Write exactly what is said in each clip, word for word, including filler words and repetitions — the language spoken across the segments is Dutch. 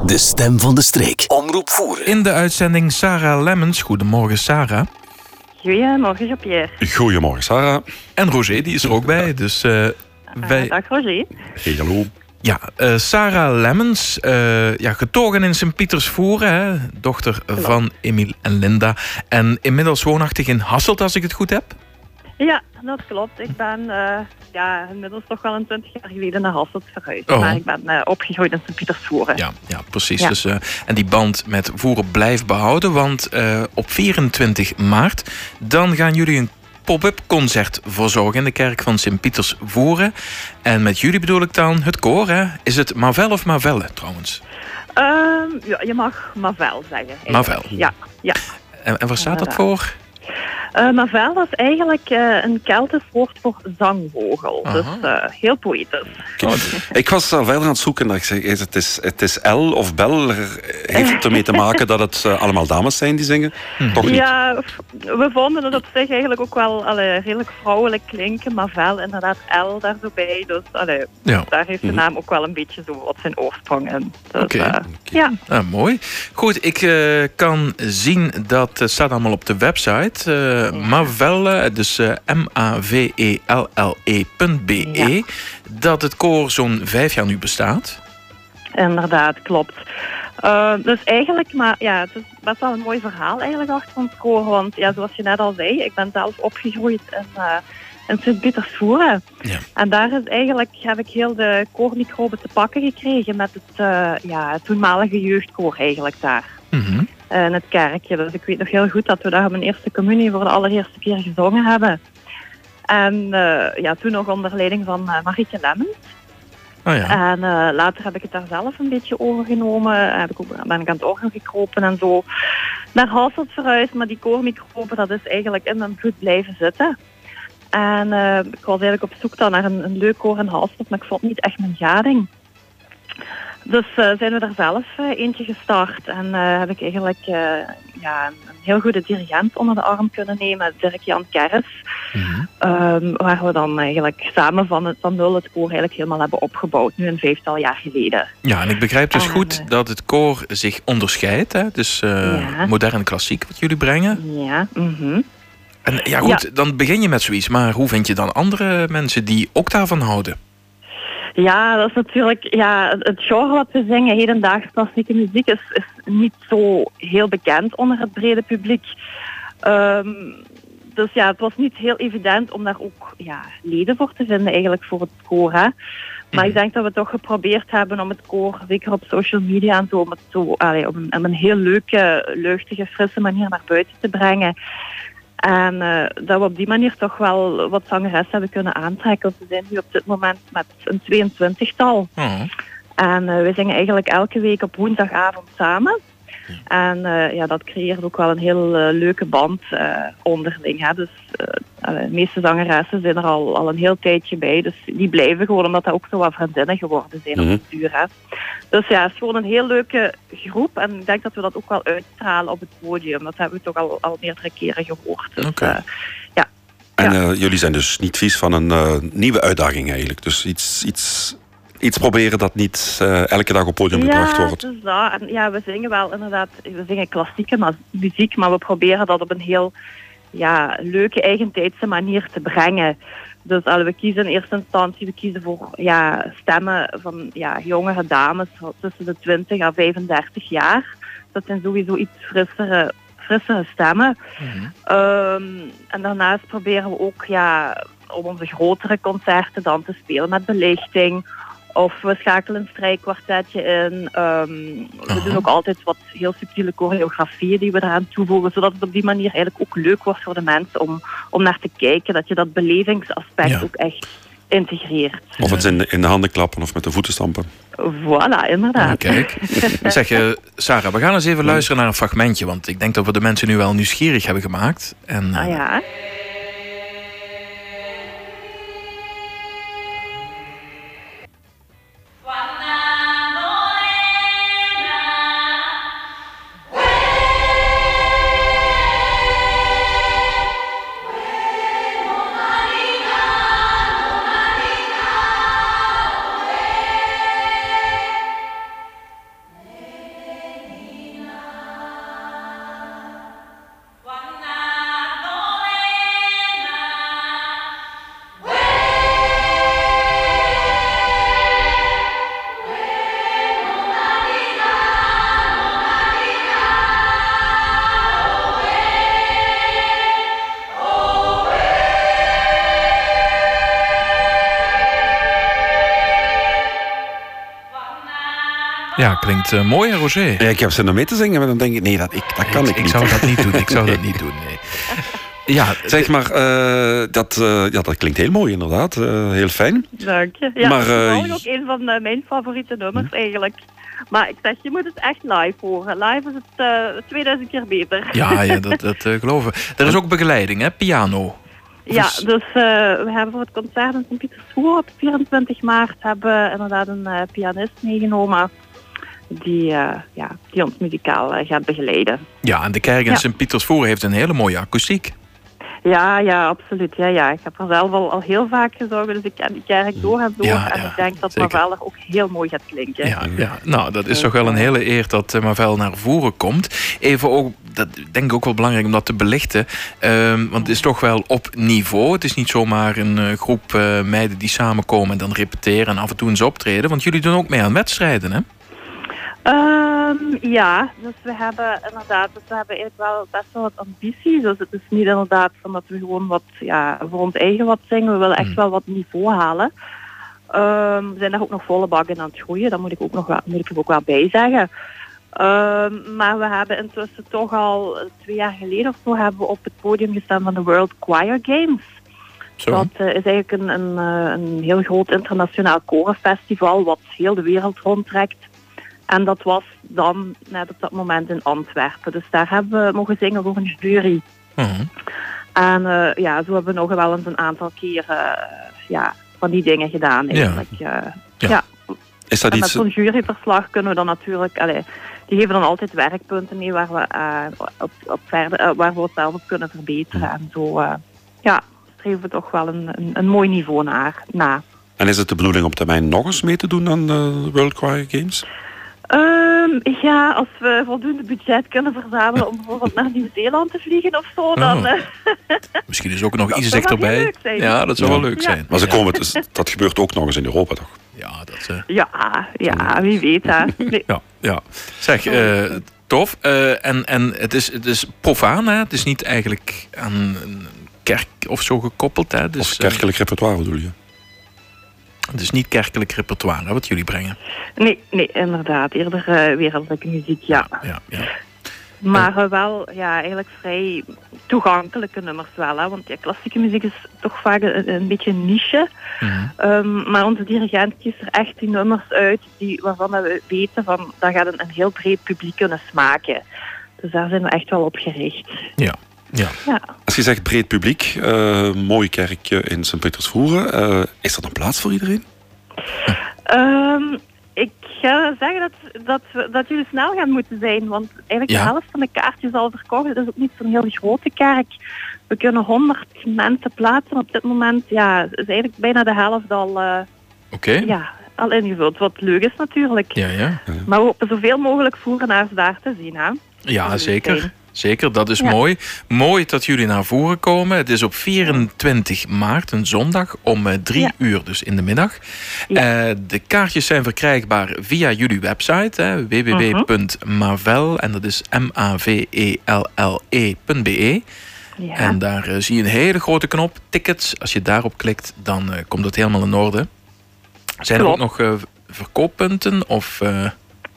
De stem van de streek. Omroep Voeren. In de uitzending Sarah Lemmens. Goedemorgen, Sarah. Goedemorgen, Jean-Pierre. Goedemorgen, Sarah. En Roger, die is er ook bij. Dus uh, wij... Uh, dag, Roger. Hey, hallo. Ja, uh, Sarah Lemmens, uh, ja, getogen in Sint-Pieters-Voeren, hè, dochter Klopt. van Emiel en Linda. En inmiddels woonachtig in Hasselt, als ik het goed heb. Ja, dat klopt. Ik ben uh, ja, inmiddels toch wel een twintig jaar geleden naar Hasselt verhuisd. Oh. Maar ik ben uh, opgegroeid in Sint-Pieters-Voeren. Ja, ja, precies. Ja. Dus, uh, en die band met Voeren blijft behouden. Want uh, op vierentwintig maart, dan gaan jullie een pop-up concert verzorgen in de kerk van Sint-Pieters-Voeren. En met jullie bedoel ik dan het koor, hè? Is het Mavel of Mavelle trouwens? Uh, ja, je mag Mavel zeggen. Mavel. Ja, ja. En, en waar staat dat voor? Uh, Mavel was eigenlijk uh, een Keltisch woord voor zangvogel. Aha. Dus uh, heel poëtisch. Oh, ik was uh, verder aan het zoeken. Dat ik zeg, is het, is, het is L of Bel. Heeft het ermee te maken dat het uh, allemaal dames zijn die zingen? Hm. Toch niet? Ja, we vonden het op zich eigenlijk ook wel allee, redelijk vrouwelijk klinken. Mavel, inderdaad L daar zo bij. Dus allee, ja. daar heeft de naam ook wel een beetje zo wat zijn oorsprong in. Dus, Oké. Okay. Uh, ja. ah, mooi. Goed, ik uh, kan zien dat het staat allemaal op de website. Uh, Mavelle, dus uh, M A V E L L E punt B E, ja. dat het koor zo'n vijf jaar nu bestaat. Inderdaad, klopt. Uh, dus eigenlijk, maar ja, het is best wel een mooi verhaal eigenlijk achter ons koor. Want ja, zoals je net al zei, ik ben zelf opgegroeid in, uh, in Sint-Pieters-Voeren. Ja. En daar is eigenlijk, heb ik heel de koormicroben te pakken gekregen met het, uh, ja, het toenmalige jeugdkoor eigenlijk daar. Mm-hmm. In het kerkje. Dus ik weet nog heel goed dat we daar op mijn eerste communie voor de allereerste keer gezongen hebben. En uh, ja, toen nog onder leiding van uh, Marietje Lemmens. Oh ja. En uh, later heb ik het daar zelf een beetje overgenomen. Heb ik ook, ben ik aan het orgel gekropen en zo. Naar Hasselt verhuisd, maar die koormicroben, dat is eigenlijk in mijn bloed blijven zitten. En uh, ik was eigenlijk op zoek dan naar een, een leuk koor in Hasselt, maar ik vond niet echt mijn gading. Dus uh, zijn we er zelf uh, eentje gestart en uh, heb ik eigenlijk uh, ja, een heel goede dirigent onder de arm kunnen nemen, Dirk Jan Kerris. Mm-hmm. um, waar we dan eigenlijk samen van, het, van nul het koor eigenlijk helemaal hebben opgebouwd, nu een vijftal jaar geleden. Ja, en ik begrijp dus en, goed uh, dat het koor zich onderscheidt, hè? Dus uh, ja. modern klassiek wat jullie brengen. Ja, mm-hmm. En ja goed, ja. dan begin je met zoiets, maar hoe vind je dan andere mensen die ook daarvan houden? Ja, dat is natuurlijk, ja, het genre wat we zingen, hedendaags klassieke muziek, is, is niet zo heel bekend onder het brede publiek. Um, dus ja, het was niet heel evident om daar ook ja, leden voor te vinden eigenlijk voor het koor. Hè. Maar mm-hmm. ik denk dat we toch geprobeerd hebben om het koor, zeker op social media en zo, om het zo, allee, op, een, op een heel leuke, luchtige, frisse manier naar buiten te brengen. En uh, dat we op die manier toch wel wat zangeressen hebben kunnen aantrekken. We zijn nu op dit moment met een tweeëntwintigtal. Oh. En uh, we zingen eigenlijk elke week op woensdagavond samen. En uh, ja, dat creëert ook wel een heel uh, leuke band uh, onderling. Hè. Dus uh, de meeste zangeressen zijn er al, al een heel tijdje bij. Dus die blijven gewoon, omdat dat ook zo wat vriendinnen geworden zijn mm-hmm. op de duur. Hè. Dus ja, het is gewoon een heel leuke groep. En ik denk dat we dat ook wel uitstralen op het podium. Dat hebben we toch al, al meerdere keren gehoord. Dus, okay. uh, ja. En ja. Uh, jullie zijn dus niet vies van een uh, nieuwe uitdaging eigenlijk. Dus iets... iets... Iets proberen dat niet uh, elke dag op podium gebracht wordt. Ja, dus dat. En ja, we zingen wel inderdaad, we zingen klassieke maar, muziek, maar we proberen dat op een heel ja, leuke, eigentijdse manier te brengen. Dus uh, we kiezen in eerste instantie, we kiezen voor ja, stemmen van ja, jongere dames tussen de twintig en vijfendertig jaar. Dat zijn sowieso iets frissere, frissere stemmen. Mm-hmm. Um, en daarnaast proberen we ook ja, op onze grotere concerten dan te spelen met belichting. Of we schakelen een strijkkwartetje in. Um, we doen ook altijd wat heel subtiele choreografieën die we eraan toevoegen. Zodat het op die manier eigenlijk ook leuk wordt voor de mensen om, om naar te kijken. Dat je dat belevingsaspect ja. ook echt integreert. Of het in de, in de handen klappen of met de voeten stampen. Voilà, inderdaad. Ja, kijk. Zeg je, Sarah, we gaan eens even luisteren naar een fragmentje. Want ik denk dat we de mensen nu wel nieuwsgierig hebben gemaakt. En, ah ja. Ja, klinkt uh, mooi, hè, Roger? Ja, ik heb ze nog mee te zingen, maar dan denk ik, nee, dat, ik, dat kan ik, ik niet. Ik zou dat niet doen, ik zou dat niet doen, nee. Ja, zeg maar, uh, dat, uh, ja, dat klinkt heel mooi inderdaad. Uh, heel fijn. Dank je. Ja, maar, uh, dat is ook een van uh, mijn favoriete nummers hm. eigenlijk. Maar ik zeg, je moet het echt live horen. Live is het uh, tweeduizend keer beter. Ja, ja dat, dat uh, geloven we. Er is ook begeleiding, hè? Piano. Ja, is... dus uh, we hebben voor het concert in Sint-Pietersvoer op vierentwintig maart hebben inderdaad een uh, pianist meegenomen die, uh, ja, die ons muzikaal uh, gaat begeleiden. Ja, en de kerk in ja. Sint-Pietersvoer heeft een hele mooie akoestiek. Ja, ja, absoluut. Ja, ja. Ik heb er zelf al, al heel vaak gezongen, dus ik ken die kerk door en door. Ja, en ja, ik denk dat zeker. Mavel er ook heel mooi gaat klinken. Ja, ja. Nou, dat is toch wel een hele eer dat uh, Mavel naar voren komt. Even ook, dat denk ik ook wel belangrijk om dat te belichten. Um, want het is toch wel op niveau. Het is niet zomaar een uh, groep uh, meiden die samenkomen en dan repeteren en af en toe eens optreden. Want jullie doen ook mee aan wedstrijden, hè? Um, ja, dus we hebben inderdaad, dus we hebben eigenlijk wel best wel wat ambities. Dus het is niet inderdaad van dat we gewoon wat, ja, voor ons eigen wat zingen. We willen echt wel wat niveau halen. Um, we zijn daar ook nog volle bak in aan het groeien. Dat moet ik ook nog wel, moet ik er ook wel bij zeggen. Um, maar we hebben intussen toch al twee jaar geleden of zo hebben we op het podium gestaan van de World Choir Games. Zo. Dat uh, is eigenlijk een, een, een heel groot internationaal korenfestival wat heel de wereld rondtrekt. En dat was dan net op dat moment in Antwerpen. Dus daar hebben we mogen zingen voor een jury. Uh-huh. En uh, ja, zo hebben we nog wel eens een aantal keren uh, ja, van die dingen gedaan eigenlijk. Ja. Uh, ja. ja. Is dat en iets... met zo'n juryverslag kunnen we dan natuurlijk... Allee, die geven dan altijd werkpunten mee waar we, uh, op, op verder, uh, waar we het zelf op kunnen verbeteren. En zo uh, ja, streven we toch wel een, een, een mooi niveau naar, na. En is het de bedoeling op termijn nog eens mee te doen aan de World Choir Games? Um, ja, als we voldoende budget kunnen verzamelen om bijvoorbeeld naar Nieuw-Zeeland te vliegen of zo, oh. dan... Uh, Misschien is ook nog iets dichterbij. Ja, dat zou ja. wel leuk zijn. Ja. Maar ze komen, dus, dat gebeurt ook nog eens in Europa, toch? Ja, dat... Uh... Ja, ja, wie weet, hè. Nee. Ja, ja. Zeg, uh, tof. Uh, en, en het is, het is profaan, hè? Het is niet eigenlijk aan een kerk of zo gekoppeld, hè? Dus, of kerkelijk repertoire bedoel je? Het is niet kerkelijk repertoire wat jullie brengen. Nee, nee, inderdaad. Eerder uh, wereldlijke muziek, ja. ja, ja, ja. Maar uh, wel ja, eigenlijk vrij toegankelijke nummers wel. Hè? Want ja, klassieke muziek is toch vaak een, een beetje een niche. Mm-hmm. Um, maar onze dirigent kiest er echt die nummers uit die, waarvan we weten van dat gaat een, een heel breed publiek kunnen smaken. Dus daar zijn we echt wel op gericht. Ja. Ja. Ja. Als je zegt breed publiek, uh, mooi kerkje in Sint-Pietersvoer, uh, is er een plaats voor iedereen? Um, ik ga zeggen dat, dat, we, dat jullie snel gaan moeten zijn, want eigenlijk ja. de helft van de kaartjes is al verkocht. Het is ook niet zo'n heel grote kerk. We kunnen honderd mensen plaatsen. Op dit moment ja, is eigenlijk bijna de helft al, uh, okay. ja, al ingevuld. Wat leuk is natuurlijk. Ja, ja. Ja. Maar we hopen zoveel mogelijk voerenaars daar te zien. Hè? Ja, zeker. Zijn. Zeker, dat is ja. mooi. Mooi dat jullie naar voren komen. Het is op vierentwintig maart, een zondag, om uh, drie ja. uur, dus in de middag. Ja. Uh, de kaartjes zijn verkrijgbaar via jullie website, w w w punt mavel, en dat is M A V E L L E punt b e. Ja. En daar uh, zie je een hele grote knop, tickets. Als je daarop klikt, dan uh, komt het helemaal in orde. Zijn er Klopt. ook nog uh, verkooppunten of... Uh,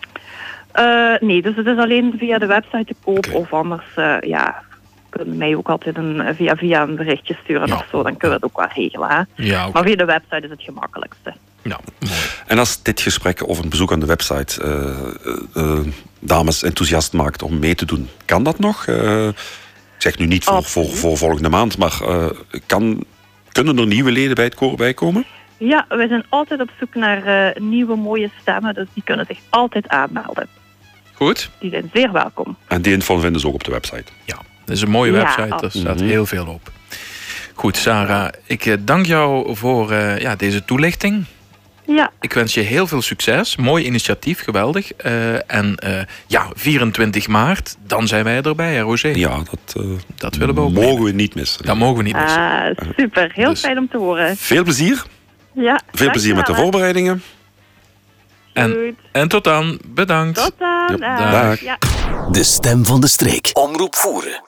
Uh, nee, dus het is alleen via de website te koop. Okay. Of anders, uh, ja, kunnen mij ook altijd een, via, via een berichtje sturen ja. of zo. Dan kunnen we het ook wel regelen. Hè? Ja, okay. Maar via de website is het gemakkelijkste. Ja, mooi. En als dit gesprek of een bezoek aan de website uh, uh, dames enthousiast maakt om mee te doen, kan dat nog? Uh, ik zeg nu niet voor, voor, voor volgende maand, maar uh, kan, kunnen er nieuwe leden bij het koor bijkomen? Ja, wij zijn altijd op zoek naar uh, nieuwe mooie stemmen, dus die kunnen zich altijd aanmelden. Goed. Die zijn zeer welkom. En die info vinden ze ook op de website. Ja, dat is een mooie ja, website, daar staat mm-hmm. heel veel op. Goed, Sarah, ik uh, dank jou voor uh, ja, deze toelichting. Ja. Ik wens je heel veel succes. Mooi initiatief, geweldig. Uh, en uh, ja, vierentwintig maart, dan zijn wij erbij, hè, Roger? Ja, dat, uh, dat willen we ook mogen mee. we niet missen. Dat mogen we niet missen. Ah, super, heel dus fijn om te horen. Veel plezier. Ja, veel plezier met de voorbereidingen. En, en tot dan. Bedankt. Tot dan. Ja, dag. Ja. De stem van de streek. Omroep Voeren.